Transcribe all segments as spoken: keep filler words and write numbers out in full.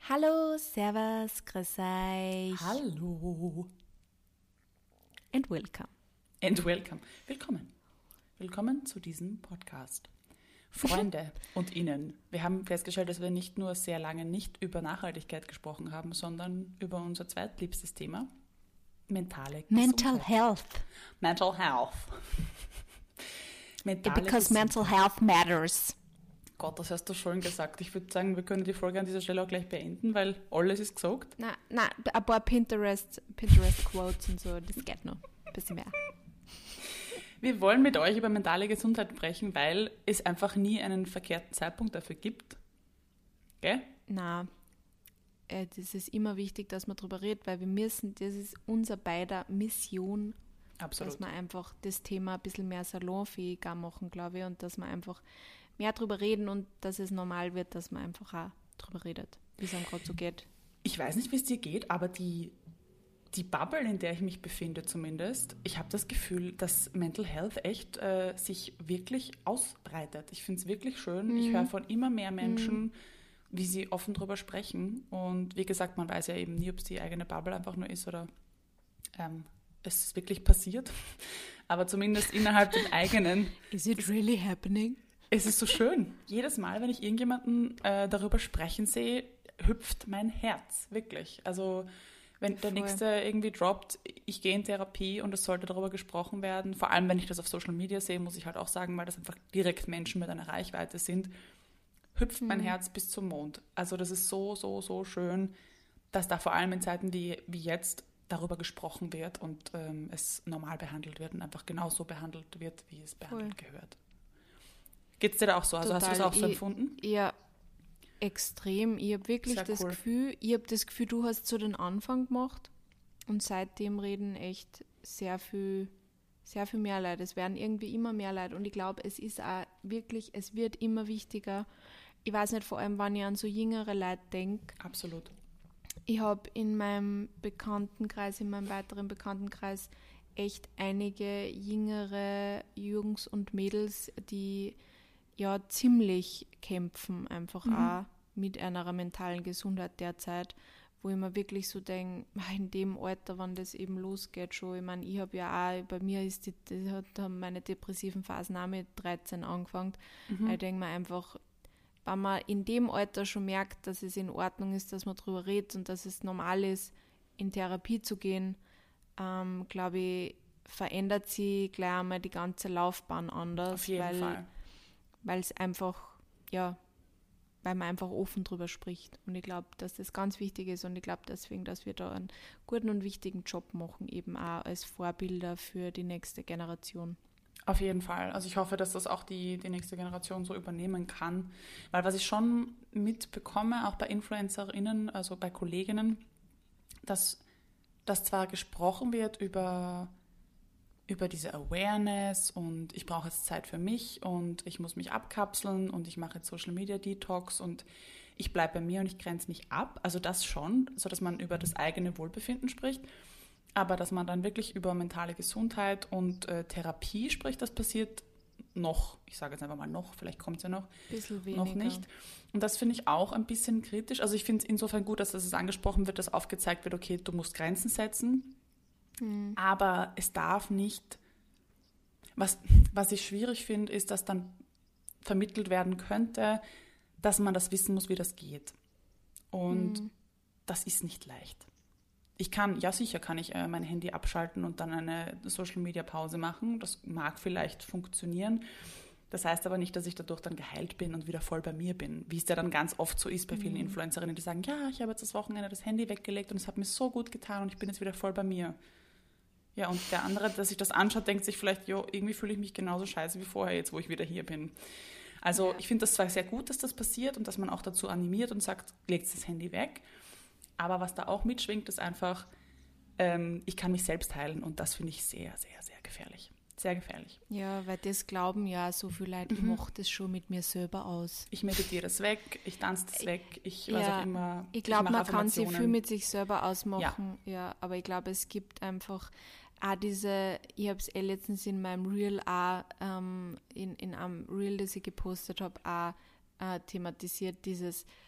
Hallo, Servus, grüß euch. Hallo. And welcome. And welcome. Willkommen. Willkommen zu diesem Podcast. Freunde und Ihnen. Wir haben festgestellt, dass wir nicht nur sehr lange nicht über Nachhaltigkeit gesprochen haben, sondern über unser zweitliebstes Thema, mentale Gesundheit. Mental health. Mental health. Mentale Because Gesundheit. mental health matters. Gott, das hast du schön gesagt. Ich würde sagen, wir können die Folge an dieser Stelle auch gleich beenden, weil alles ist gesagt. Na, na, ein paar Pinterest, Pinterest-Quotes und so, das geht noch ein bisschen mehr. Wir wollen mit euch über mentale Gesundheit sprechen, weil es einfach nie einen verkehrten Zeitpunkt dafür gibt. Gell? Na, äh, das ist immer wichtig, dass man darüber redet, weil wir müssen, das ist unser beider Mission, Absolut. dass wir einfach das Thema ein bisschen mehr salonfähiger machen, glaube ich, und dass wir einfach mehr drüber reden und dass es normal wird, dass man einfach auch drüber redet, wie es einem gerade so geht. Ich weiß nicht, wie es dir geht, aber die, die Bubble, in der ich mich befinde zumindest, ich habe das Gefühl, dass Mental Health echt äh, sich wirklich ausbreitet. Ich finde es wirklich schön. Mhm. Ich höre von immer mehr Menschen, mhm. wie sie offen drüber sprechen. Und wie gesagt, man weiß ja eben nie, ob es die eigene Bubble einfach nur ist oder ähm, es ist wirklich passiert. Aber zumindest innerhalb des eigenen. Is it really happening? Es ist so schön. Jedes Mal, wenn ich irgendjemanden äh, darüber sprechen sehe, hüpft mein Herz, wirklich. Also wenn der Voll. Nächste irgendwie droppt, ich gehe in Therapie und es sollte darüber gesprochen werden, vor allem wenn ich das auf Social Media sehe, muss ich halt auch sagen, weil das einfach direkt Menschen mit einer Reichweite sind, hüpft mhm. mein Herz bis zum Mond. Also das ist so, so, so schön, dass da vor allem in Zeiten wie, wie jetzt darüber gesprochen wird und ähm, es normal behandelt wird und einfach genauso behandelt wird, wie es behandelt Voll. gehört. Geht es dir da auch so? Also Total. hast du es auch so ich, empfunden? Ja, extrem. Ich habe wirklich Sehr das cool. Gefühl, ich habe das Gefühl, du hast so den Anfang gemacht und seitdem reden echt sehr viel, sehr viel mehr Leute. Es werden irgendwie immer mehr Leute und ich glaube, es ist auch wirklich, es wird immer wichtiger. Ich weiß nicht, vor allem, wenn ich an so jüngere Leute denke. Absolut. Ich habe in meinem Bekanntenkreis, in meinem weiteren Bekanntenkreis echt einige jüngere Jungs und Mädels, die ja ziemlich kämpfen, einfach mhm. auch mit einer mentalen Gesundheit derzeit, wo ich mir wirklich so denke, in dem Alter, wann das eben losgeht schon, ich meine, ich habe ja auch, bei mir ist die, die hat, haben meine depressiven Phasen auch mit dreizehn angefangen, mhm. ich denke mir einfach, wenn man in dem Alter schon merkt, dass es in Ordnung ist, dass man darüber redet und dass es normal ist, in Therapie zu gehen, ähm, glaube ich, verändert sich gleich einmal die ganze Laufbahn anders. Auf jeden weil, Fall. Weil es einfach, ja, weil man einfach offen drüber spricht. Und ich glaube, dass das ganz wichtig ist und ich glaube deswegen, dass wir da einen guten und wichtigen Job machen, eben auch als Vorbilder für die nächste Generation. Auf jeden Fall. Also ich hoffe, dass das auch die, die nächste Generation so übernehmen kann. Weil was ich schon mitbekomme, auch bei InfluencerInnen, also bei Kolleginnen, dass, dass zwar gesprochen wird über über diese Awareness und ich brauche jetzt Zeit für mich und ich muss mich abkapseln und ich mache jetzt Social Media Detox und ich bleibe bei mir und ich grenze mich ab. Also das schon, so dass man über das eigene Wohlbefinden spricht, aber dass man dann wirklich über mentale Gesundheit und äh, Therapie spricht, das passiert noch. Ich sage jetzt einfach mal noch, vielleicht kommt es ja noch. Bisschen weniger. Noch nicht. Und das finde ich auch ein bisschen kritisch. Also ich finde es insofern gut, dass das angesprochen wird, dass aufgezeigt wird, okay, du musst Grenzen setzen. Mhm. Aber es darf nicht, was, was ich schwierig finde, ist, dass dann vermittelt werden könnte, dass man das wissen muss, wie das geht. Und mhm. das ist nicht leicht. Ich kann, ja sicher kann ich äh, mein Handy abschalten und dann eine Social-Media-Pause machen. Das mag vielleicht funktionieren. Das heißt aber nicht, dass ich dadurch dann geheilt bin und wieder voll bei mir bin. Wie es ja dann ganz oft so ist bei vielen mhm. Influencerinnen, die sagen, ja, ich habe jetzt das Wochenende das Handy weggelegt und es hat mir so gut getan und ich bin jetzt wieder voll bei mir. Ja, und der andere, der sich das anschaut, denkt sich vielleicht, jo, irgendwie fühle ich mich genauso scheiße wie vorher jetzt, wo ich wieder hier bin. Also ja. Ich finde das zwar sehr gut, dass das passiert und dass man auch dazu animiert und sagt, legt das Handy weg. Aber was da auch mitschwingt, ist einfach, ähm, ich kann mich selbst heilen und das finde ich sehr, sehr, sehr gefährlich. Sehr gefährlich. Ja, weil das glauben ja so viele Leute, mhm. ich mache das schon mit mir selber aus. Ich meditiere das weg, ich tanze das weg, ich ja, was auch immer. Ich glaube, man kann sich viel mit sich selber ausmachen, ja, ja aber ich glaube, es gibt einfach auch diese, ich habe es eh letztens in meinem Reel auch, ähm, in, in einem Reel, das ich gepostet habe, auch äh, thematisiert, dieses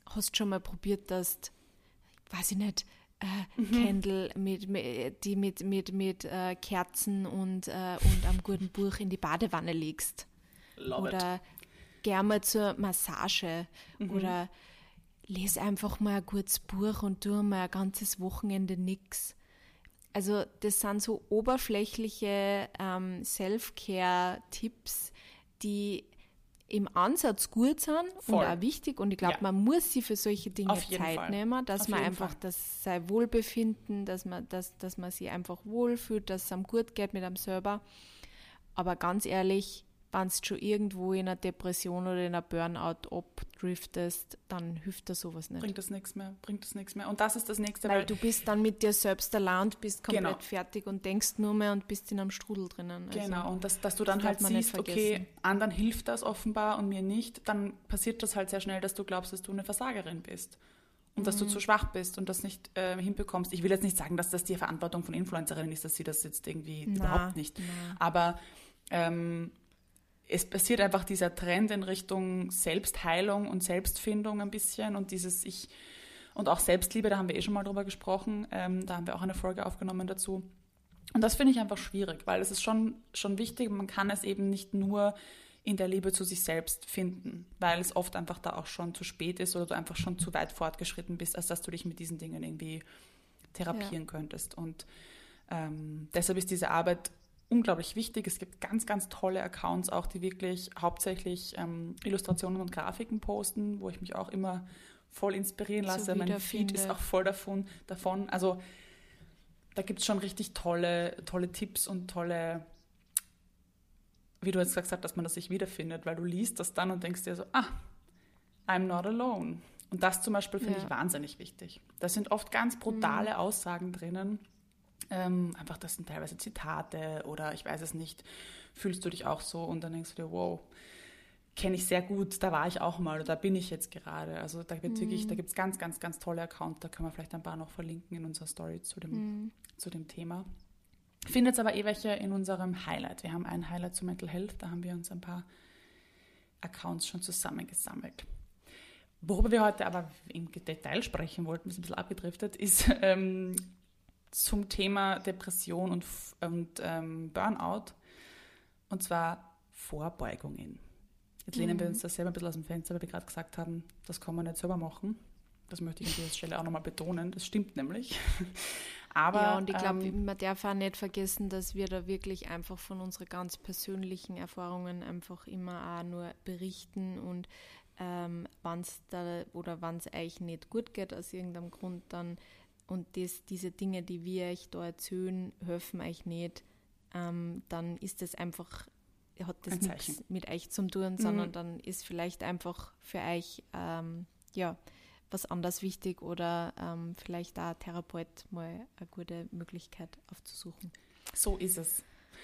hast du schon mal probiert, dass du, weiß ich nicht, äh, mhm. Candle mit, mit, die mit, mit, mit äh, Kerzen und, äh, und einem guten Buch in die Badewanne legst? Love oder it. Gern mal zur Massage mhm. oder lese einfach mal ein gutes Buch und tu mal ein ganzes Wochenende nix. Also das sind so oberflächliche ähm, Self-Care-Tipps, die im Ansatz gut sind Voll. Und auch wichtig. Und ich glaube, ja. man muss sich für solche Dinge Zeit Fall. Nehmen, dass Auf man einfach Fall. Das sein Wohlbefinden, dass man, dass, dass man sich einfach wohlfühlt, dass es einem gut geht mit einem selber. Aber ganz ehrlich, wenn du schon irgendwo in einer Depression oder in einer Burnout abdriftest, dann hilft dir sowas nicht. Bringt das nichts mehr, bringt das nichts mehr. Und das ist das Nächste. Weil, weil du bist dann mit dir selbst allein und bist komplett genau. fertig und denkst nur mehr und bist in einem Strudel drinnen. Also, genau, und dass, dass du dann halt siehst, okay, anderen hilft das offenbar und mir nicht, dann passiert das halt sehr schnell, dass du glaubst, dass du eine Versagerin bist. Und mhm. dass du zu schwach bist und das nicht äh, hinbekommst. Ich will jetzt nicht sagen, dass das die Verantwortung von Influencerinnen ist, dass sie das jetzt irgendwie na, überhaupt nicht. Na. Aber ähm, es passiert einfach dieser Trend in Richtung Selbstheilung und Selbstfindung ein bisschen und dieses Ich und auch Selbstliebe, da haben wir eh schon mal drüber gesprochen, ähm, da haben wir auch eine Folge aufgenommen dazu. Und das finde ich einfach schwierig, weil es ist schon, schon wichtig, man kann es eben nicht nur in der Liebe zu sich selbst finden, weil es oft einfach da auch schon zu spät ist oder du einfach schon zu weit fortgeschritten bist, als dass du dich mit diesen Dingen irgendwie therapieren ja. könntest. Und ähm, deshalb ist diese Arbeit unglaublich wichtig. Es gibt ganz, ganz tolle Accounts auch, die wirklich hauptsächlich ähm, Illustrationen und Grafiken posten, wo ich mich auch immer voll inspirieren lasse. So mein Feed ist auch voll davon. davon. Also da gibt es schon richtig tolle, tolle Tipps und tolle, wie du jetzt gesagt hast, dass man das sich wiederfindet, weil du liest das dann und denkst dir so, ah, I'm not alone. Und das zum Beispiel finde ja. ich wahnsinnig wichtig. Da sind oft ganz brutale mhm. Aussagen drinnen. Ähm, einfach, das sind teilweise Zitate oder ich weiß es nicht, fühlst du dich auch so und dann denkst du dir, wow, kenne ich sehr gut, da war ich auch mal oder da bin ich jetzt gerade. Also da wird mm. wirklich, da gibt es ganz, ganz, ganz tolle Accounts, da können wir vielleicht ein paar noch verlinken in unserer Story zu dem, mm. zu dem Thema. Findet aber eh welche in unserem Highlight. Wir haben ein Highlight zu Mental Health, da haben wir uns ein paar Accounts schon zusammengesammelt. Worüber wir heute aber im Detail sprechen wollten, ist ein bisschen abgedriftet, ist ähm, zum Thema Depression und, und ähm, Burnout, und zwar Vorbeugungen. Jetzt lehnen mhm. wir uns da selber ein bisschen aus dem Fenster, weil wir gerade gesagt haben, das kann man nicht selber machen. Das möchte ich an dieser Stelle auch nochmal betonen. Das stimmt nämlich. Aber, ja, und ich glaube, ähm, man darf auch nicht vergessen, dass wir da wirklich einfach von unseren ganz persönlichen Erfahrungen einfach immer auch nur berichten und ähm, wenn es da oder wenn es euch nicht gut geht aus irgendeinem Grund, dann und das, diese Dinge, die wir euch da erzählen, helfen euch nicht, ähm, dann ist das einfach, hat das nichts mit euch zu tun, mhm. sondern dann ist vielleicht einfach für euch ähm, ja, was anderes wichtig oder ähm, vielleicht auch Therapeut mal eine gute Möglichkeit aufzusuchen. So ist es.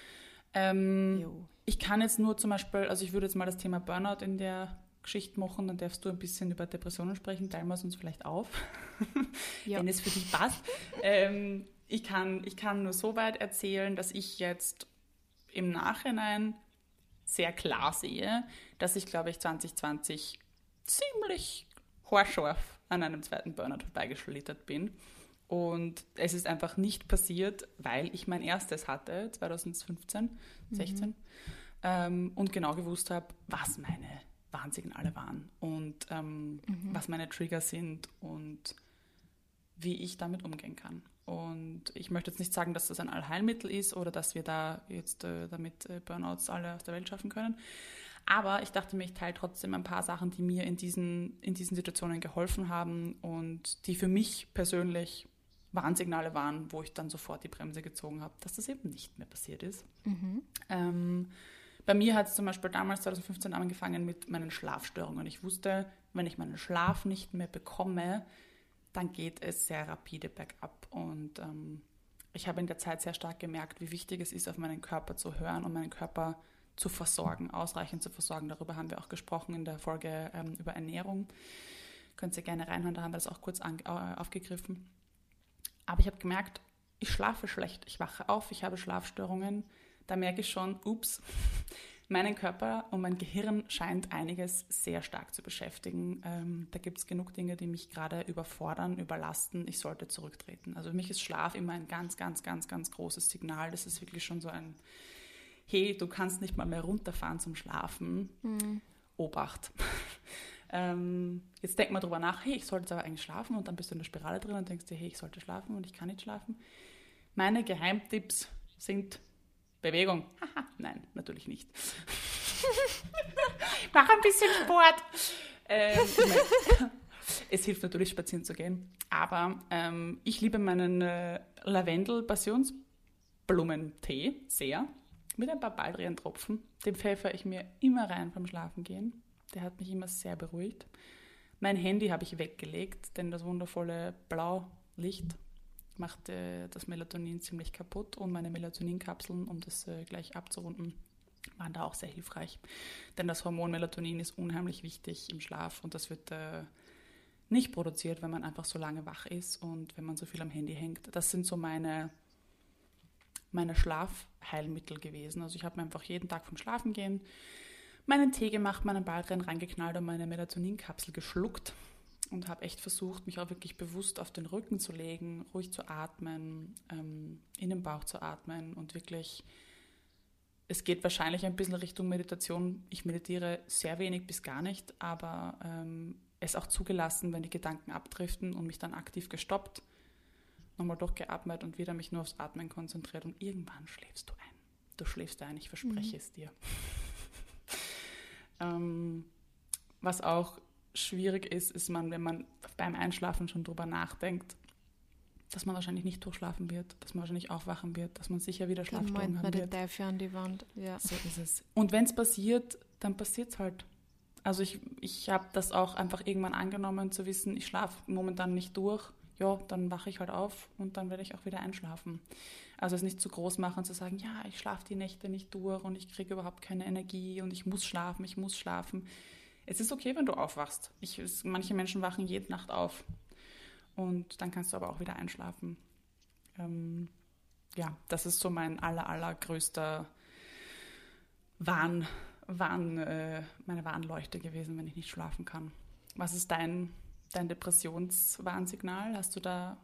Ähm, ich kann jetzt nur zum Beispiel, also ich würde jetzt mal das Thema Burnout in der Geschichte machen, dann darfst du ein bisschen über Depressionen sprechen, teilen wir es uns vielleicht auf, ja. wenn es für dich passt. ähm, ich, kann, ich kann nur so weit erzählen, dass ich jetzt im Nachhinein sehr klar sehe, dass ich, glaube ich, zwanzig zwanzig ziemlich haarscharf an einem zweiten Burnout vorbeigeschlittert bin. Und es ist einfach nicht passiert, weil ich mein erstes hatte, zwanzig fünfzehn, sechzehn, mhm. ähm, und genau gewusst habe, was meine Warnsignale waren und ähm, mhm. was meine Trigger sind und wie ich damit umgehen kann. Und ich möchte jetzt nicht sagen, dass das ein Allheilmittel ist oder dass wir da jetzt äh, damit äh, Burnouts alle aus der Welt schaffen können. Aber ich dachte mir, ich teile trotzdem ein paar Sachen, die mir in diesen, in diesen Situationen geholfen haben und die für mich persönlich Warnsignale waren, wo ich dann sofort die Bremse gezogen habe, dass das eben nicht mehr passiert ist. Mhm. Ähm, Bei mir hat es zum Beispiel damals zwanzig fünfzehn angefangen mit meinen Schlafstörungen. Ich wusste, wenn ich meinen Schlaf nicht mehr bekomme, dann geht es sehr rapide bergab. Und ähm, ich habe in der Zeit sehr stark gemerkt, wie wichtig es ist, auf meinen Körper zu hören und meinen Körper zu versorgen, ausreichend zu versorgen. Darüber haben wir auch gesprochen in der Folge ähm, über Ernährung. Könnt ihr gerne reinhören, da haben wir das auch kurz an, äh, aufgegriffen. Aber ich habe gemerkt, ich schlafe schlecht, ich wache auf, ich habe Schlafstörungen. Da merke ich schon, ups, Meinen Körper und mein Gehirn scheint einiges sehr stark zu beschäftigen. Ähm, da gibt es genug Dinge, die mich gerade überfordern, überlasten. Ich sollte zurücktreten. Also für mich ist Schlaf immer ein ganz, ganz, ganz, ganz großes Signal. Das ist wirklich schon so ein, hey, du kannst nicht mal mehr runterfahren zum Schlafen. Mhm. Obacht. ähm, jetzt denk mal drüber nach, hey, ich sollte jetzt aber eigentlich schlafen, und dann bist du in der Spirale drin und denkst dir, hey, ich sollte schlafen und ich kann nicht schlafen. Meine Geheimtipps sind Bewegung. Haha, nein, natürlich nicht. Mach ein bisschen Sport. Ähm, es hilft natürlich, spazieren zu gehen. Aber ähm, ich liebe meinen äh, Lavendel-Passionsblumentee sehr. Mit ein paar Baldriantropfen. Den pfeffere ich mir immer rein beim Schlafengehen. Der hat mich immer sehr beruhigt. Mein Handy habe ich weggelegt, denn das wundervolle Blaulicht macht äh, das Melatonin ziemlich kaputt, und meine Melatoninkapseln, um das äh, gleich abzurunden, waren da auch sehr hilfreich. Denn das Hormon Melatonin ist unheimlich wichtig im Schlaf, und das wird äh, nicht produziert, wenn man einfach so lange wach ist und wenn man so viel am Handy hängt. Das sind so meine, meine Schlafheilmittel gewesen. Also ich habe mir einfach jeden Tag vom Schlafengehen meinen Tee gemacht, meinen Baldrian reingeknallt und meine Melatoninkapsel geschluckt. Und habe echt versucht, mich auch wirklich bewusst auf den Rücken zu legen, ruhig zu atmen, ähm, in den Bauch zu atmen und wirklich, es geht wahrscheinlich ein bisschen Richtung Meditation. Ich meditiere sehr wenig bis gar nicht, aber ähm, es auch zugelassen, wenn die Gedanken abdriften, und mich dann aktiv gestoppt, nochmal durchgeatmet und wieder mich nur aufs Atmen konzentriert, und irgendwann schläfst du ein. Du schläfst ein, ich verspreche mhm. es dir. ähm, was auch schwierig ist, ist man, wenn man beim Einschlafen schon drüber nachdenkt, dass man wahrscheinlich nicht durchschlafen wird, dass man wahrscheinlich aufwachen wird, dass man sicher wieder Schlafstörungen haben wird. Dann meint man den Teufel an die Wand. Ja. So ist es. Und wenn es passiert, dann passiert es halt. Also ich, ich habe das auch einfach irgendwann angenommen, zu wissen, ich schlafe momentan nicht durch. Ja, dann wache ich halt auf und dann werde ich auch wieder einschlafen. Also es nicht zu groß machen, zu sagen, ja, ich schlafe die Nächte nicht durch und ich kriege überhaupt keine Energie und ich muss schlafen, ich muss schlafen. Es ist okay, wenn du aufwachst. Ich, es, manche Menschen wachen jede Nacht auf. Und dann kannst du aber auch wieder einschlafen. Ähm, ja, das ist so mein aller, allergrößter Warn, Warn, äh, meine Warnleuchte gewesen, wenn ich nicht schlafen kann. Was ist dein, dein Depressionswarnsignal? Hast du da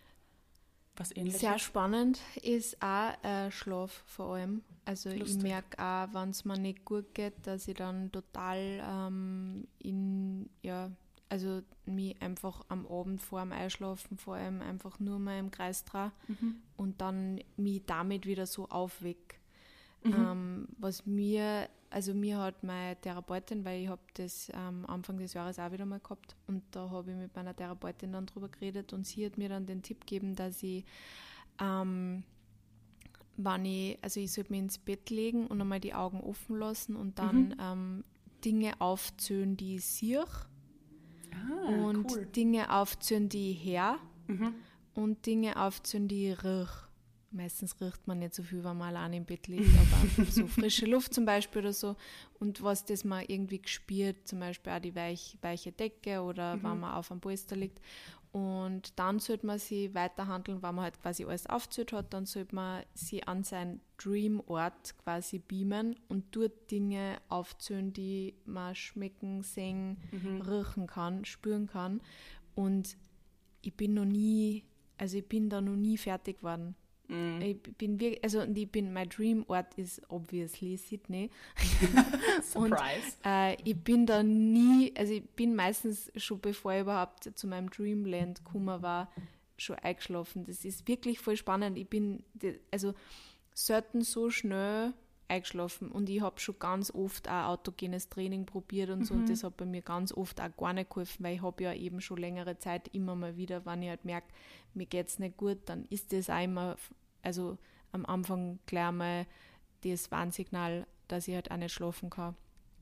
was Ähnliches? Sehr spannend ist auch äh, Schlaf vor allem. Also Lustig. Ich merke auch, wenn es mir nicht gut geht, dass ich dann total ähm, in, ja, also mich einfach am Abend vor dem Einschlafen vor allem einfach nur mal im Kreis drehe mhm. und dann mich damit wieder so aufwecke. Mhm. Ähm, was mir, also mir hat meine Therapeutin, weil ich habe das ähm, Anfang des Jahres auch wieder mal gehabt, und da habe ich mit meiner Therapeutin dann drüber geredet, und sie hat mir dann den Tipp gegeben, dass ich ähm, wenn ich, also ich sollte mich ins Bett legen und einmal die Augen offen lassen und dann mhm. ähm, Dinge aufzählen, die ich sehe ah, und cool. Dinge aufzählen, die ich höre mhm. und Dinge aufzählen, die ich rieche. Meistens riecht man nicht so viel, wenn man allein im Bett liegt, aber so frische Luft zum Beispiel oder so. Und was das man irgendwie gespürt, zum Beispiel auch die weich, weiche Decke oder mhm. wenn man auf einem Polster liegt. Und dann sollte man sie weiterhandeln, wenn man halt quasi alles aufgezählt hat, dann sollte man sie an seinen Dreamort quasi beamen und dort Dinge aufzählen, die man schmecken, sehen, mhm. riechen kann, spüren kann. Und ich bin noch nie, also ich bin da noch nie fertig geworden. Mm. Ich bin wirklich, also ich bin, mein Dreamort ist obviously Sydney. Surprise. Und äh, ich bin da nie, also ich bin meistens schon, bevor ich überhaupt zu meinem Dreamland gekommen war, schon eingeschlafen. Das ist wirklich voll spannend. Ich bin also selten so schnell eingeschlafen, und ich habe schon ganz oft auch autogenes Training probiert und so, mhm. und das hat bei mir ganz oft auch gar nicht geholfen, weil ich habe ja eben schon längere Zeit immer mal wieder, wenn ich halt merke, mir geht es nicht gut, dann ist das auch immer, also am Anfang gleich mal das Warnsignal, dass ich halt auch nicht schlafen kann.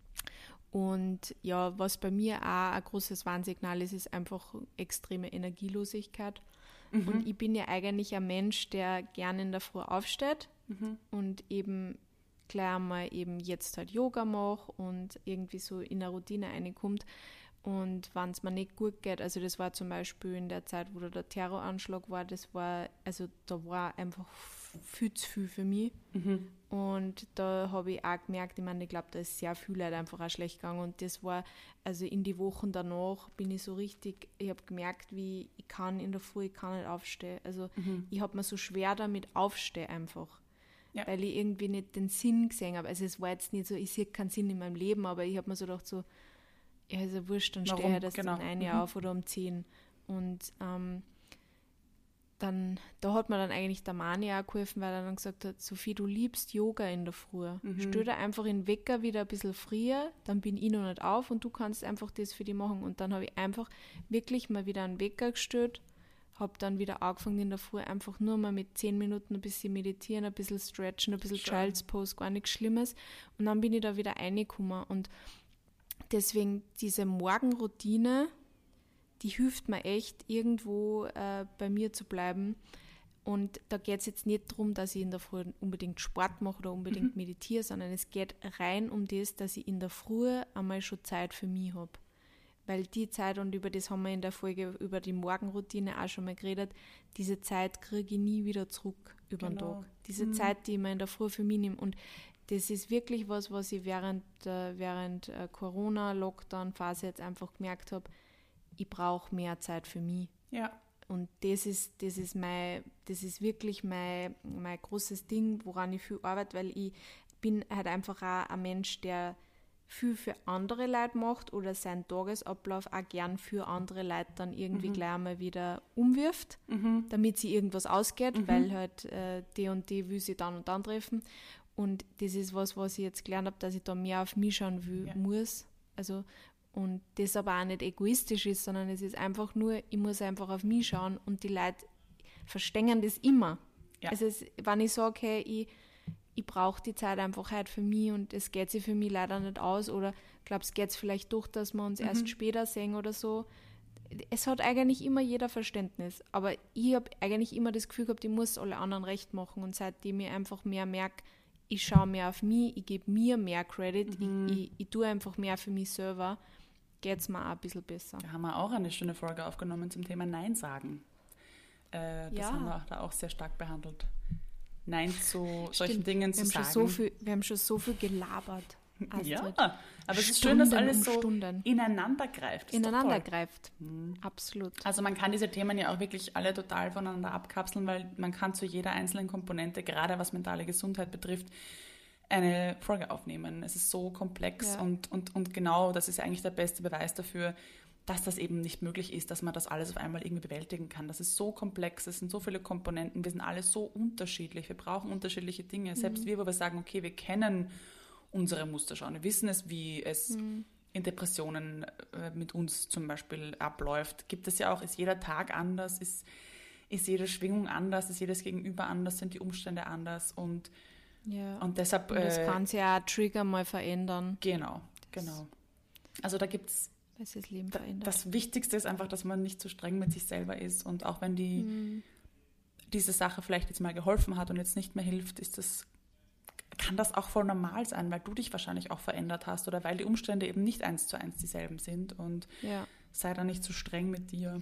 Und ja, was bei mir auch ein großes Warnsignal ist, ist einfach extreme Energielosigkeit. Mhm. Und ich bin ja eigentlich ein Mensch, der gerne in der Früh aufsteht mhm. und eben gleich einmal eben jetzt halt Yoga mache und irgendwie so in eine Routine reinkommt. Und wenn es mir nicht gut geht, also das war zum Beispiel in der Zeit, wo da der Terroranschlag war, das war, also da war einfach viel zu viel für mich. Mhm. Und da habe ich auch gemerkt, ich meine, ich glaube, da ist sehr viel Leute einfach auch schlecht gegangen. Und das war, also in die Wochen danach bin ich so richtig, ich habe gemerkt, wie ich kann in der Früh, ich kann nicht aufstehen. Also mhm. ich habe mir so schwer damit aufstehen einfach. Ja. Weil ich irgendwie nicht den Sinn gesehen habe. Also es war jetzt nicht so, ich sehe keinen Sinn in meinem Leben, aber ich habe mir so gedacht so, ja, ist ja wurscht, dann stehe ich das genau. um ein Jahr mhm. auf oder um zehn. Und ähm, dann, da hat mir dann eigentlich der Mani auch geholfen, weil er dann gesagt hat, Sophie, du liebst Yoga in der Früh. Mhm. Stell dir einfach in den Wecker wieder ein bisschen früher, dann bin ich noch nicht auf und du kannst einfach das für dich machen. Und dann habe ich einfach wirklich mal wieder einen Wecker gestellt, habe dann wieder angefangen in der Früh einfach nur mal mit zehn Minuten ein bisschen meditieren, ein bisschen stretchen, ein bisschen Schön. Child's Pose, gar nichts Schlimmes. Und dann bin ich da wieder reingekommen. Und deswegen diese Morgenroutine, die hilft mir echt, irgendwo äh, bei mir zu bleiben. Und da geht es jetzt nicht darum, dass ich in der Früh unbedingt Sport mache oder unbedingt mhm. meditiere, sondern es geht rein um das, dass ich in der Früh einmal schon Zeit für mich habe. Weil die Zeit, und über das haben wir in der Folge über die Morgenroutine auch schon mal geredet, diese Zeit kriege ich nie wieder zurück über den genau. Tag. Diese mhm. Zeit, die ich mir in der Früh für mich nehme. Und das ist wirklich was, was ich während, äh, während äh, Corona-Lockdown-Phase jetzt einfach gemerkt habe, ich brauche mehr Zeit für mich. Ja. Und das ist, das ist, mein, das ist wirklich mein, mein großes Ding, woran ich viel arbeite, weil ich bin halt einfach auch ein Mensch, der viel für andere Leute macht oder seinen Tagesablauf auch gern für andere Leute dann irgendwie mhm. gleich einmal wieder umwirft, mhm. damit sie irgendwas ausgeht, mhm. weil halt äh, die und die will sie dann und dann treffen. Und das ist was, was ich jetzt gelernt habe, dass ich da mehr auf mich schauen will, ja. muss. Also, und das aber auch nicht egoistisch ist, sondern es ist einfach nur, ich muss einfach auf mich schauen und die Leute verstehen das immer. Ja. Also es, wenn ich sage, hey, ich ich brauche die Zeit einfach halt für mich und es geht sich für mich leider nicht aus oder glaubst, geht es vielleicht doch, dass wir uns mhm. erst später sehen oder so. Es hat eigentlich immer jeder Verständnis, aber ich habe eigentlich immer das Gefühl gehabt, ich muss alle anderen recht machen und seitdem ich einfach mehr merke, ich schaue mehr auf mich, ich gebe mir mehr Credit, mhm. ich, ich, ich tue einfach mehr für mich selber, geht es mir auch ein bisschen besser. Da haben wir auch eine schöne Folge aufgenommen zum Thema Nein sagen. Äh, das ja. haben wir da auch sehr stark behandelt. Nein zu solchen Stimmt. Dingen zu wir sagen. So viel, wir haben schon so viel gelabert. Astrid. Ja, aber es ist schön, dass alles so Stunden. ineinander greift. Ineinander greift, hm. absolut. Also man kann diese Themen ja auch wirklich alle total voneinander abkapseln, weil man kann zu jeder einzelnen Komponente, gerade was mentale Gesundheit betrifft, eine Folge aufnehmen. Es ist so komplex ja. und, und, und genau, das ist eigentlich der beste Beweis dafür, dass das eben nicht möglich ist, dass man das alles auf einmal irgendwie bewältigen kann. Das ist so komplex, es sind so viele Komponenten, wir sind alle so unterschiedlich, wir brauchen unterschiedliche Dinge. Selbst mhm. wir, wo wir sagen, okay, wir kennen unsere Muster schon, wir wissen es, wie es mhm. in Depressionen äh, mit uns zum Beispiel abläuft. Gibt es ja auch, ist jeder Tag anders, ist, ist jede Schwingung anders, ist jedes Gegenüber anders, sind die Umstände anders und, ja. und deshalb... Und das äh, kann sich ja auch Trigger mal verändern. Genau, genau. Also da gibt es das Leben verändert. Das Wichtigste ist einfach, dass man nicht zu streng mit sich selber ist. Und auch wenn die, mhm. diese Sache vielleicht jetzt mal geholfen hat und jetzt nicht mehr hilft, ist das, kann das auch voll normal sein, weil du dich wahrscheinlich auch verändert hast oder weil die Umstände eben nicht eins zu eins dieselben sind. Und ja. sei da nicht zu streng mit dir.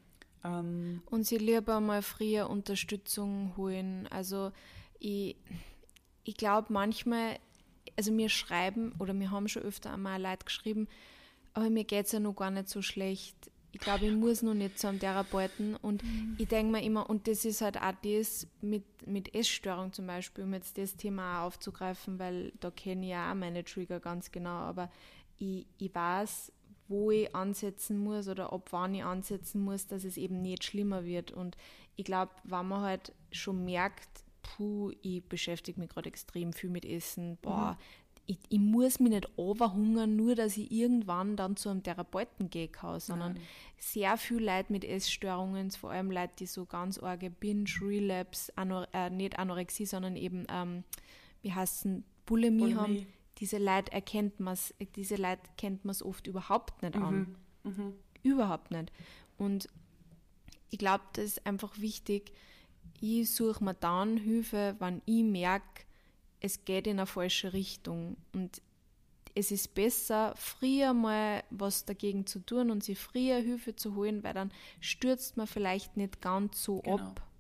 Ähm, und sie lieber mal früher Unterstützung holen. Also ich, ich glaube manchmal, also wir schreiben oder wir haben schon öfter einmal Leute geschrieben, aber mir geht es ja noch gar nicht so schlecht. Ich glaube, ich muss noch nicht zu einem Therapeuten. Und mhm. ich denke mir immer, und das ist halt auch das mit, mit Essstörung zum Beispiel, um jetzt das Thema auch aufzugreifen, weil da kenne ich ja auch meine Trigger ganz genau. Aber ich, ich weiß, wo ich ansetzen muss oder ab wann ich ansetzen muss, dass es eben nicht schlimmer wird. Und ich glaube, wenn man halt schon merkt, puh, ich beschäftige mich gerade extrem viel mit Essen, boah, mhm. Ich, ich muss mich nicht overhungern, nur dass ich irgendwann dann zu einem Therapeuten gehen kann, sondern Nein. sehr viele Leute mit Essstörungen, vor allem Leute, die so ganz arge Binge, Relapse, Anor- äh, nicht Anorexie, sondern eben, ähm, wie heißt es, Bulimie, Bulimie haben, diese Leute erkennt man's, diese Leute kennt man es oft überhaupt nicht an. Mhm. Mhm. Überhaupt nicht. Und ich glaube, das ist einfach wichtig, ich suche mir dann Hilfe, wenn ich merke, es geht in eine falsche Richtung und es ist besser, früher mal was dagegen zu tun und sich früher Hilfe zu holen, weil dann stürzt man vielleicht nicht ganz so genau. ab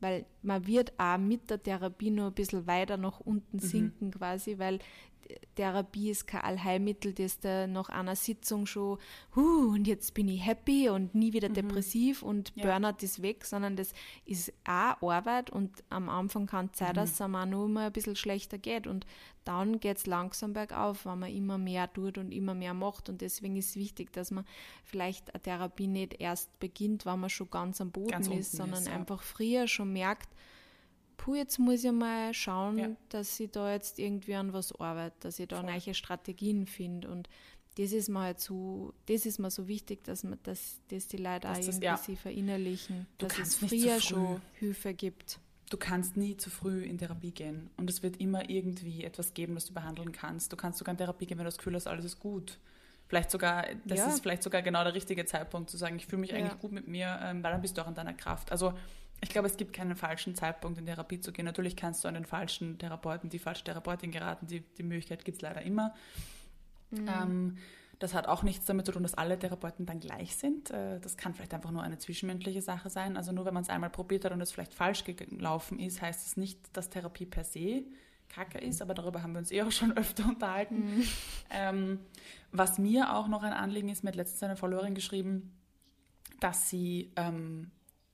weil man wird auch mit der Therapie noch ein bisschen weiter nach unten sinken mhm. quasi, weil Therapie ist kein Allheilmittel, das da nach einer Sitzung schon, huh, und jetzt bin ich happy und nie wieder mhm. depressiv und ja. Burnout ist weg, sondern das ist auch Arbeit und am Anfang kann es sein, mhm. dass es einem auch nur mal ein bisschen schlechter geht und dann geht es langsam bergauf, wenn man immer mehr tut und immer mehr macht und deswegen ist es wichtig, dass man vielleicht eine Therapie nicht erst beginnt, wenn man schon ganz am Boden ganz ist, sondern ist, ja. einfach früher schon merkt, puh, jetzt muss ich mal schauen, ja. dass ich da jetzt irgendwie an was arbeite, dass ich da Voll. neue Strategien finde und das ist mir halt so, das ist mir so wichtig, dass man das, dass die Leute dass auch irgendwie ja. sie verinnerlichen, du dass es früher schon Hilfe gibt. Du kannst nie zu früh in Therapie gehen und es wird immer irgendwie etwas geben, das du behandeln kannst. Du kannst sogar in Therapie gehen, wenn du das Gefühl hast, alles ist gut. Vielleicht sogar, das ja. ist vielleicht sogar genau der richtige Zeitpunkt zu sagen, ich fühle mich ja. eigentlich gut mit mir, weil dann bist du auch in deiner Kraft. Also ich glaube, es gibt keinen falschen Zeitpunkt, in Therapie zu gehen. Natürlich kannst du an den falschen Therapeuten, die falsche Therapeutin geraten. Die, die Möglichkeit gibt es leider immer. Mhm. Ähm, das hat auch nichts damit zu tun, dass alle Therapeuten dann gleich sind. Äh, das kann vielleicht einfach nur eine zwischenmenschliche Sache sein. Also nur wenn man es einmal probiert hat und es vielleicht falsch gelaufen ist, heißt es nicht, dass Therapie per se Kacke ist. Aber darüber haben wir uns eh auch schon öfter unterhalten. Mhm. Ähm, was mir auch noch ein Anliegen ist, mir hat letztens eine Followerin geschrieben, dass sie... Ähm,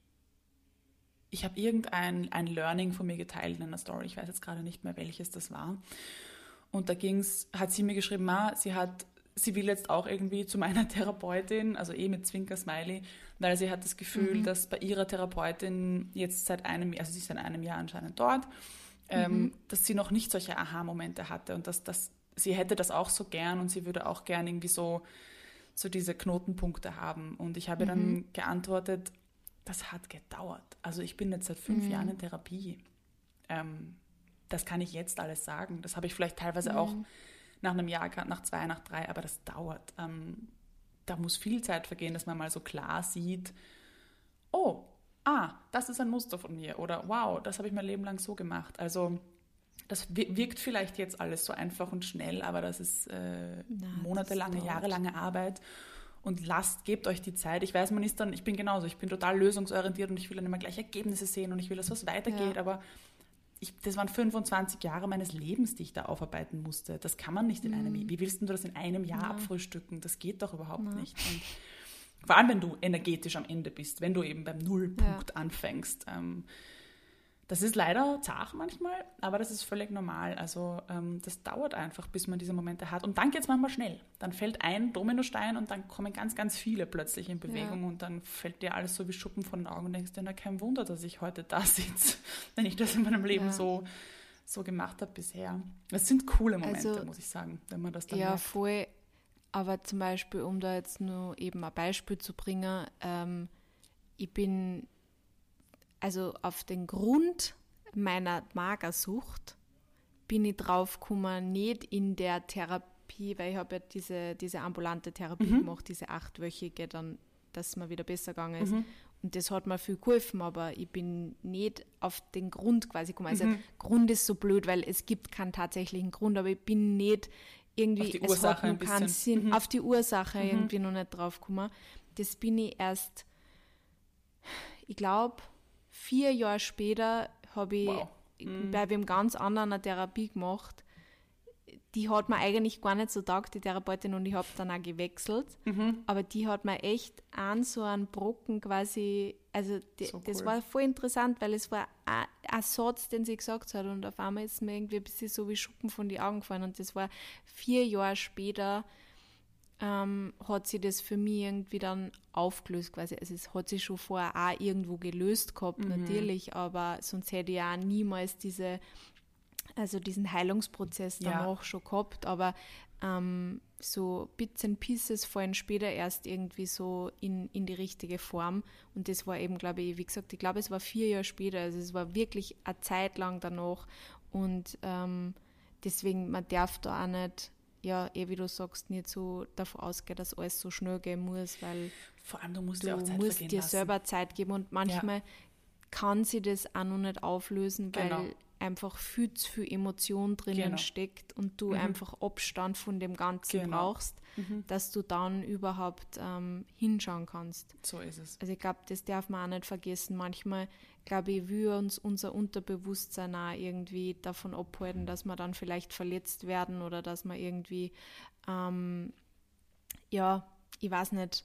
ich habe irgendein ein Learning von mir geteilt in einer Story, ich weiß jetzt gerade nicht mehr, welches das war. Und da ging's, hat sie mir geschrieben, ah, sie hat, sie will jetzt auch irgendwie zu meiner Therapeutin, also eh mit Zwinker-Smiley, weil sie hat das Gefühl, mhm. dass bei ihrer Therapeutin jetzt seit einem Jahr, also sie ist seit einem Jahr anscheinend dort, mhm. ähm, dass sie noch nicht solche Aha-Momente hatte und dass, dass sie hätte das auch so gern und sie würde auch gern irgendwie so, so diese Knotenpunkte haben. Und ich habe mhm. dann geantwortet, das hat gedauert. Also ich bin jetzt seit fünf mhm. Jahren in Therapie. Ähm, das kann ich jetzt alles sagen. Das habe ich vielleicht teilweise mhm. auch nach einem Jahr gehabt, nach zwei, nach drei, aber das dauert. Ähm, da muss viel Zeit vergehen, dass man mal so klar sieht, oh, ah, das ist ein Muster von mir oder wow, das habe ich mein Leben lang so gemacht. Also das wirkt vielleicht jetzt alles so einfach und schnell, aber das ist äh, Na, monatelange, das jahrelange Arbeit. Und lasst, gebt euch die Zeit. Ich weiß, man ist dann, ich bin genauso, ich bin total lösungsorientiert und ich will dann immer gleich Ergebnisse sehen und ich will, dass was weitergeht, ja. aber ich, das waren fünfundzwanzig Jahre meines Lebens, die ich da aufarbeiten musste. Das kann man nicht in einem, mhm. wie willst du das in einem Jahr ja. abfrühstücken? Das geht doch überhaupt ja. nicht. Und vor allem, wenn du energetisch am Ende bist, wenn du eben beim Nullpunkt ja. anfängst. Ähm, das ist leider zart manchmal, aber das ist völlig normal. Also ähm, das dauert einfach, bis man diese Momente hat. Und dann geht es manchmal schnell. Dann fällt ein Dominostein und dann kommen ganz, ganz viele plötzlich in Bewegung ja. und dann fällt dir alles so wie Schuppen von den Augen und denkst dir, na kein Wunder, dass ich heute da sitze, wenn ich das in meinem Leben ja. so, so gemacht habe bisher. Es sind coole Momente, also, muss ich sagen, wenn man das dann Ja, merkt. voll. Aber zum Beispiel, um da jetzt nur eben ein Beispiel zu bringen, ähm, ich bin... Also auf den Grund meiner Magersucht bin ich drauf gekommen, nicht in der Therapie, weil ich habe ja diese, diese ambulante Therapie mhm. gemacht, diese achtwöchige, dann, dass es mir wieder besser gegangen ist. Mhm. Und das hat mir viel geholfen, aber ich bin nicht auf den Grund quasi gekommen. Also mhm. Grund ist so blöd, weil es gibt keinen tatsächlichen Grund, aber ich bin nicht irgendwie, auf die es Ursache hat noch keinen Sinn, mhm. auf die Ursache mhm. irgendwie noch nicht drauf gekommen. Das bin ich erst, ich glaube, vier Jahre später habe ich wow. mhm. bei wem ganz anderen eine Therapie gemacht. Die hat mir eigentlich gar nicht so taugt, die Therapeutin, und ich habe dann auch gewechselt. Mhm. Aber die hat mir echt an so einen Brocken quasi, also die, so cool. das war voll interessant, weil es war ein, ein Satz, den sie gesagt hat, und auf einmal ist mir irgendwie ein bisschen so wie Schuppen von den Augen gefallen. Und das war vier Jahre später, ähm, hat sie das für mich irgendwie dann aufgelöst quasi. Also es hat sich schon vorher auch irgendwo gelöst gehabt, mhm. natürlich, aber sonst hätte ich auch niemals diese, also diesen Heilungsprozess danach ja. schon gehabt, aber ähm, so Bits and Pieces fallen später erst irgendwie so in, in die richtige Form, und das war eben, glaube ich, wie gesagt, ich glaube, es war vier Jahre später, also es war wirklich eine Zeit lang danach, und ähm, deswegen, man darf da auch nicht, ja, eh wie du sagst, nicht so davon ausgehen, dass alles so schnell gehen muss, weil vor allem, du musst du dir auch Zeit musst dir lassen. selber Zeit geben, und manchmal ja. kann sie das auch noch nicht auflösen, weil genau. einfach viel zu viel Emotion drinnen genau. steckt und du mhm. einfach Abstand von dem Ganzen genau. brauchst, mhm. dass du dann überhaupt ähm, hinschauen kannst. So ist es. Also ich glaube, das darf man auch nicht vergessen. Manchmal, glaube ich, will uns unser Unterbewusstsein auch irgendwie davon abhalten, dass wir dann vielleicht verletzt werden oder dass wir irgendwie, ähm, ja, ich weiß nicht,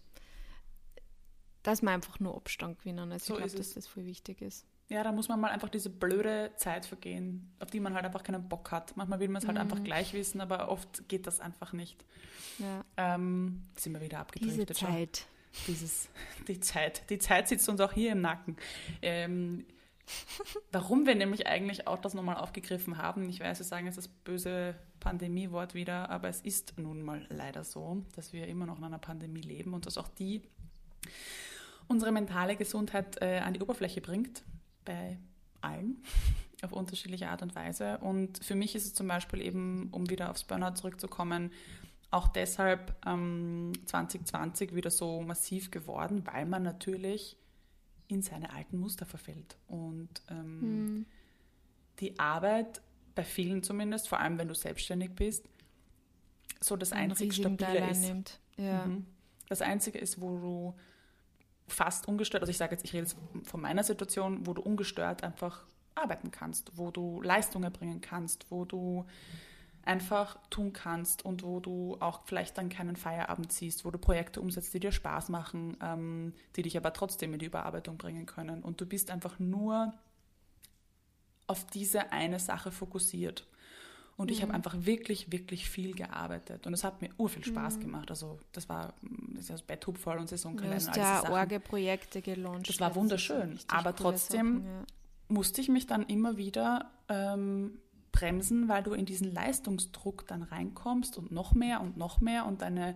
dass wir einfach nur Abstand gewinnen. Also so ich glaube, dass es. das voll wichtig ist. Ja, da muss man mal einfach diese blöde Zeit vergehen, auf die man halt einfach keinen Bock hat. Manchmal will man es halt Mhm. einfach gleich wissen, aber oft geht das einfach nicht. Ja. Ähm, sind wir wieder abgedriftet. Diese Zeit. Dieses, die Zeit. Die Zeit sitzt uns auch hier im Nacken. Ähm, warum wir nämlich eigentlich auch das nochmal aufgegriffen haben, ich weiß, wir sagen jetzt das böse Pandemiewort wieder, aber es ist nun mal leider so, dass wir immer noch in einer Pandemie leben und dass auch die unsere mentale Gesundheit äh, an die Oberfläche bringt, bei allen, auf unterschiedliche Art und Weise. Und für mich ist es zum Beispiel eben, um wieder aufs Burnout zurückzukommen, auch deshalb ähm, zwanzig zwanzig wieder so massiv geworden, weil man natürlich in seine alten Muster verfällt. Und ähm, Mhm. die Arbeit, bei vielen zumindest, vor allem wenn du selbstständig bist, so das Einen einzig riesigen Stabile Teil ist. einnimmt. Ja. Mhm. Das Einzige ist, wo du fast ungestört, also ich sage jetzt, ich rede jetzt von meiner Situation, wo du ungestört einfach arbeiten kannst, wo du Leistung erbringen kannst, wo du einfach tun kannst und wo du auch vielleicht dann keinen Feierabend siehst, wo du Projekte umsetzt, die dir Spaß machen, ähm, die dich aber trotzdem in die Überarbeitung bringen können. Und du bist einfach nur auf diese eine Sache fokussiert. Und ich Mhm. habe einfach wirklich, wirklich viel gearbeitet. Und es hat mir urviel Spaß Mhm. gemacht. Also das war das ist ja das Betthub-Voll und Du Saisonkalender hast und all diese ja Sachen. arge Projekte gelauncht. Das war letztes wunderschön. Jahr. Richtig Aber coole trotzdem Sachen, ja. musste ich mich dann immer wieder ähm, bremsen, weil du in diesen Leistungsdruck dann reinkommst und noch mehr und noch mehr und deine,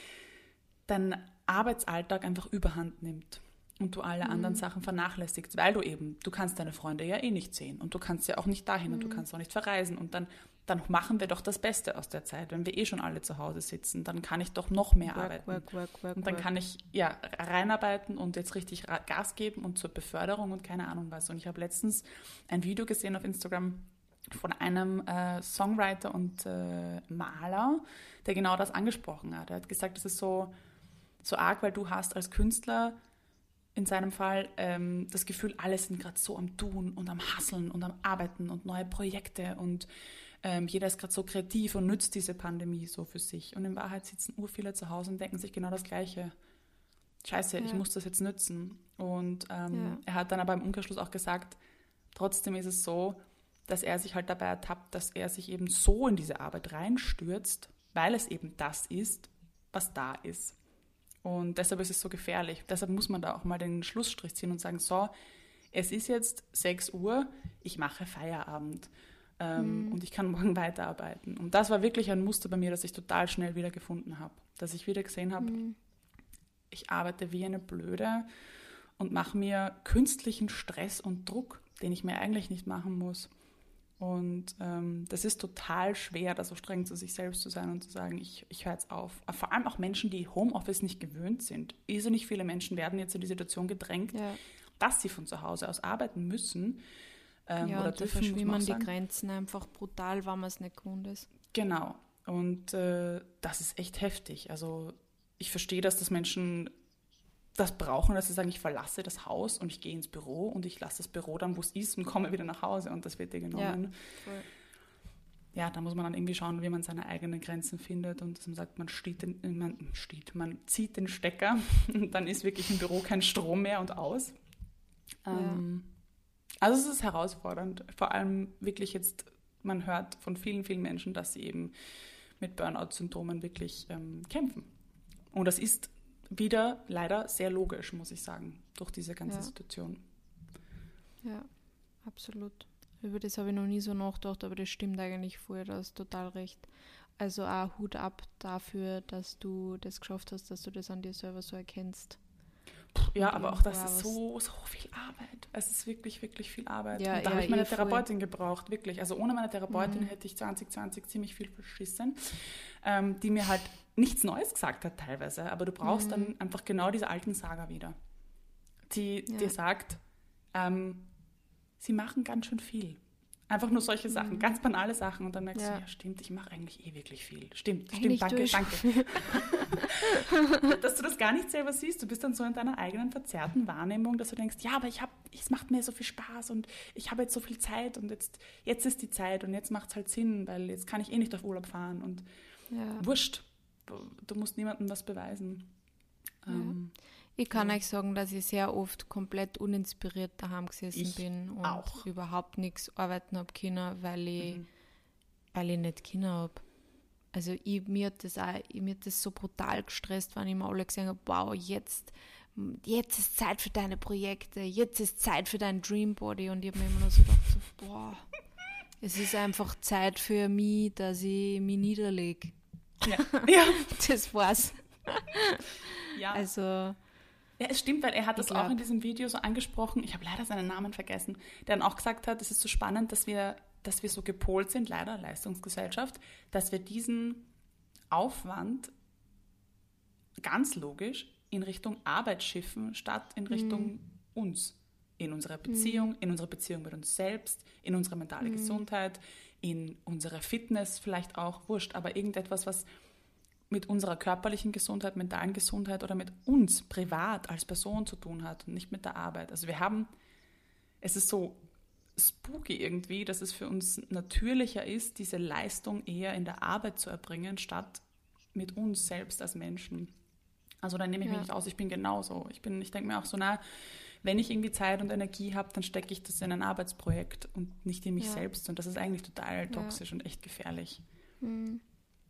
dein Arbeitsalltag einfach überhand nimmt. Und du alle Mhm. anderen Sachen vernachlässigst, weil du eben, du kannst deine Freunde ja eh nicht sehen und du kannst ja auch nicht dahin Mhm. und du kannst auch nicht verreisen und dann, dann machen wir doch das Beste aus der Zeit. Wenn wir eh schon alle zu Hause sitzen, dann kann ich doch noch mehr Work, arbeiten. work, work, work, Und dann work. kann ich ja reinarbeiten und jetzt richtig Ra- Gas geben und zur Beförderung und keine Ahnung was. Und ich habe letztens ein Video gesehen auf Instagram von einem äh, Songwriter und äh, Maler, der genau das angesprochen hat. Er hat gesagt, das ist so, so arg, weil du hast als Künstler in seinem Fall ähm, das Gefühl, alle sind gerade so am Tun und am Hasseln und am Arbeiten und neue Projekte und ähm, jeder ist gerade so kreativ und nützt diese Pandemie so für sich. Und in Wahrheit sitzen urviele zu Hause und denken sich genau das Gleiche. Scheiße, Ja. ich muss das jetzt nützen. Und ähm, Ja. er hat dann aber im Umkehrschluss auch gesagt, trotzdem ist es so, dass er sich halt dabei ertappt, dass er sich eben so in diese Arbeit reinstürzt, weil es eben das ist, was da ist. Und deshalb ist es so gefährlich. Deshalb muss man da auch mal den Schlussstrich ziehen und sagen, so, es ist jetzt sechs Uhr, ich mache Feierabend ähm, Mhm. und ich kann morgen weiterarbeiten. Und das war wirklich ein Muster bei mir, das ich total schnell wieder gefunden habe. Dass ich wieder gesehen habe, Mhm. ich arbeite wie eine Blöde und mache mir künstlichen Stress und Druck, den ich mir eigentlich nicht machen muss. Und ähm, das ist total schwer, da so streng zu sich selbst zu sein und zu sagen, ich, ich höre jetzt auf. Aber vor allem auch Menschen, die Homeoffice nicht gewöhnt sind. Irrsinnig viele Menschen werden jetzt in die Situation gedrängt, Ja, dass sie von zu Hause aus arbeiten müssen ähm, ja oder und da dürfen, muss man auch verschwimmen die sagen. Grenzen einfach brutal, wenn man es nicht gewohnt ist. Genau. Und äh, das ist echt heftig. Also ich verstehe, dass das Menschen das brauchen, dass sie sagen, ich verlasse das Haus und ich gehe ins Büro und ich lasse das Büro dann, wo es ist und komme wieder nach Hause und das wird dir genommen. Voll. Ja, da muss man dann irgendwie schauen, wie man seine eigenen Grenzen findet und dass man sagt, man, steht den, man, steht, man zieht den Stecker und dann ist wirklich im Büro kein Strom mehr und aus. Ja. Ähm, also es ist herausfordernd, vor allem wirklich jetzt, man hört von vielen, vielen Menschen, dass sie eben mit Burnout-Syndromen wirklich ähm, kämpfen. Und das ist wieder leider sehr logisch, muss ich sagen, durch diese ganze Ja. Situation. Ja, absolut. Über das habe ich noch nie so nachgedacht, aber das stimmt eigentlich voll, da hast du total recht. Also auch Hut ab dafür, dass du das geschafft hast, dass du das an dir selber so erkennst. Ja, Und aber auch das irgendwo ist auch so, so viel Arbeit. Es ist wirklich, wirklich viel Arbeit. Ja, und da ja, habe ich meine eh voll. Therapeutin gebraucht, wirklich. Also ohne meine Therapeutin Mhm. hätte ich zwanzig zwanzig ziemlich viel verschissen, ähm, die mir halt nichts Neues gesagt hat teilweise. Aber du brauchst Mhm. dann einfach genau diese alten Saga wieder, die Ja. dir sagt, ähm, sie machen ganz schön viel. Einfach nur solche Sachen, Mhm. ganz banale Sachen. Und dann merkst Ja. du, ja stimmt, ich mache eigentlich eh wirklich viel. Stimmt, Eigentlich stimmt, danke, durch. danke. Dass du das gar nicht selber siehst. Du bist dann so in deiner eigenen verzerrten Wahrnehmung, dass du denkst, ja, aber ich hab, es macht mir so viel Spaß und ich habe jetzt so viel Zeit und jetzt, jetzt ist die Zeit und jetzt macht es halt Sinn, weil jetzt kann ich eh nicht auf Urlaub fahren und Ja. wurscht. Du, du musst niemandem was beweisen. Ja. Ähm, Ich kann Ja. euch sagen, dass ich sehr oft komplett uninspiriert daheim gesessen Ich bin und auch. überhaupt nichts arbeiten habe können, weil ich, Mhm. weil ich nicht können habe. Also ich, mir, hat das auch, mir hat das so brutal gestresst, wenn ich mir alle gesehen habe, wow, jetzt, jetzt ist Zeit für deine Projekte, jetzt ist Zeit für dein Dreambody. Und ich habe mir immer nur so gedacht, so, boah, es ist einfach Zeit für mich, dass ich mich niederlege. Ja. ja. Das war's. ja. Also, Ja, es stimmt, weil er hat Ich das auch glaub- in diesem Video so angesprochen. Ich habe leider seinen Namen vergessen, der dann auch gesagt hat, es ist so spannend, dass wir, dass wir so gepolt sind, leider Leistungsgesellschaft, dass wir diesen Aufwand ganz logisch in Richtung Arbeit schiffen, statt in Richtung uns. In unserer Beziehung, in unserer Beziehung mit uns selbst, in unsere mentale Gesundheit, in unsere Fitness vielleicht auch, wurscht, aber irgendetwas, was mit unserer körperlichen Gesundheit, mentalen Gesundheit oder mit uns privat als Person zu tun hat und nicht mit der Arbeit. Also wir haben, es ist so spooky irgendwie, dass es für uns natürlicher ist, diese Leistung eher in der Arbeit zu erbringen, statt mit uns selbst als Menschen. Also da nehme ich Ja. mich nicht aus, ich bin genauso. Ich bin, ich denke mir auch so, na, wenn ich irgendwie Zeit und Energie habe, dann stecke ich das in ein Arbeitsprojekt und nicht in mich Ja. selbst. Und das ist eigentlich total Ja. toxisch und echt gefährlich. mm.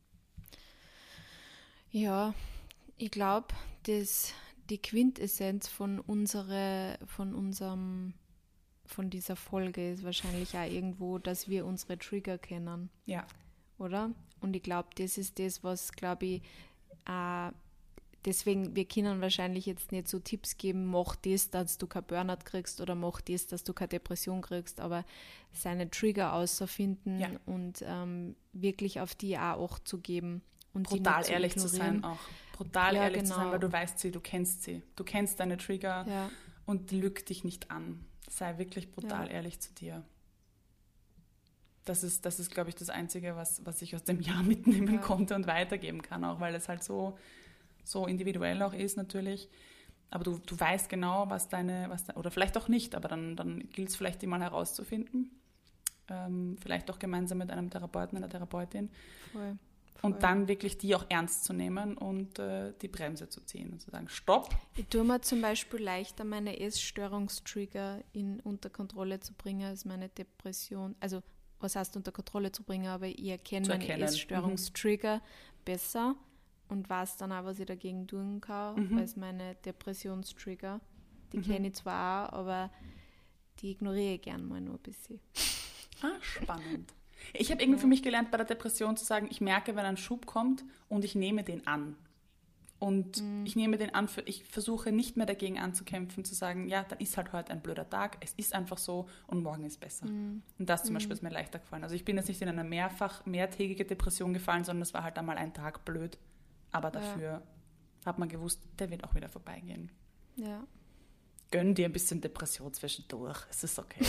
Ja, ich glaube, dass die Quintessenz von unsere, von unserem, von dieser Folge ist wahrscheinlich auch irgendwo, dass wir unsere Trigger kennen, Ja. oder? Und ich glaube, das ist das, was, glaube ich, äh, deswegen, wir können wahrscheinlich jetzt nicht so Tipps geben, mach das, dass du kein Burnout kriegst oder mach das, dass du keine Depression kriegst, aber seine Trigger auszufinden Ja. und ähm, wirklich auf die auch Acht zu geben. Und die Brutal nicht zu ehrlich zu sein ignorieren. auch. Brutal Ja, ehrlich zu sein, genau. weil du weißt sie, du kennst sie. Du kennst deine Trigger Ja, und lüg dich nicht an. Sei wirklich brutal Ja. ehrlich zu dir. Das ist, das ist, glaube ich, das Einzige, was, was ich aus dem Jahr mitnehmen Ja. konnte und weitergeben kann, auch weil es halt so, so individuell auch ist natürlich. Aber du, du weißt genau, was deine, was de, oder vielleicht auch nicht, aber dann, dann gilt es vielleicht, die mal herauszufinden. Ähm, vielleicht auch gemeinsam mit einem Therapeuten, einer Therapeutin. voll. Und voll. dann wirklich die auch ernst zu nehmen und äh, die Bremse zu ziehen und zu sagen, stopp. Ich tue mir zum Beispiel leichter, meine Essstörungstrigger in, unter Kontrolle zu bringen, als meine Depression. Also, was heißt unter Kontrolle zu bringen, aber ich erkenne Zu meine erkennen. Essstörungstrigger besser und weiß dann auch, was ich dagegen tun kann, Mhm. als meine Depressionstrigger. Die Mhm. kenne ich zwar auch, aber die ignoriere ich gern mal nur ein bisschen. Ah, spannend. Ich habe irgendwie Ja. für mich gelernt, bei der Depression zu sagen, ich merke, wenn ein Schub kommt und ich nehme den an. Und Mhm. ich nehme den an, für, ich versuche nicht mehr dagegen anzukämpfen, zu sagen, ja, dann ist halt heute ein blöder Tag, es ist einfach so und morgen ist besser. Mhm. Und das zum Beispiel ist mir leichter gefallen. Also ich bin jetzt nicht in eine mehrfach, mehrtägige Depression gefallen, sondern es war halt einmal ein Tag blöd. Aber dafür hat man gewusst, der wird auch wieder vorbeigehen. Ja. Gönn dir ein bisschen Depression zwischendurch. Es ist okay.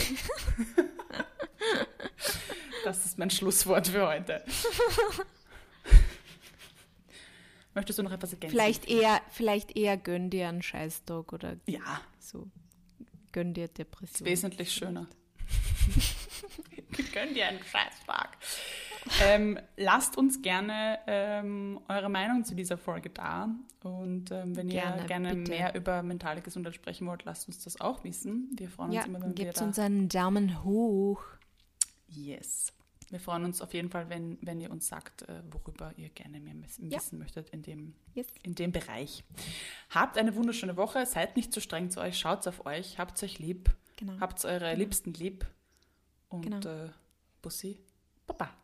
Das ist mein Schlusswort für heute. Möchtest du noch etwas ergänzen? Vielleicht eher, vielleicht eher gönn dir einen Scheißtag oder Ja, so. Gönn dir ist Depression. wesentlich schöner. Gönn dir einen Scheißtag. Ähm, lasst uns gerne ähm, eure Meinung zu dieser Folge da. Und ähm, wenn Gerne, ihr gerne bitte. mehr über mentale Gesundheit sprechen wollt, lasst uns das auch wissen. Wir freuen uns Ja, immer, wenn wir gebt da... uns einen Daumen hoch. Yes. Wir freuen uns auf jeden Fall, wenn, wenn ihr uns sagt, äh, worüber ihr gerne mehr wissen Ja. möchtet in dem, Yes. in dem Bereich. Habt eine wunderschöne Woche, seid nicht zu streng zu euch, schaut auf euch, habt euch lieb, Genau. habt eure Genau. Liebsten lieb und Genau. äh, Bussi, Baba.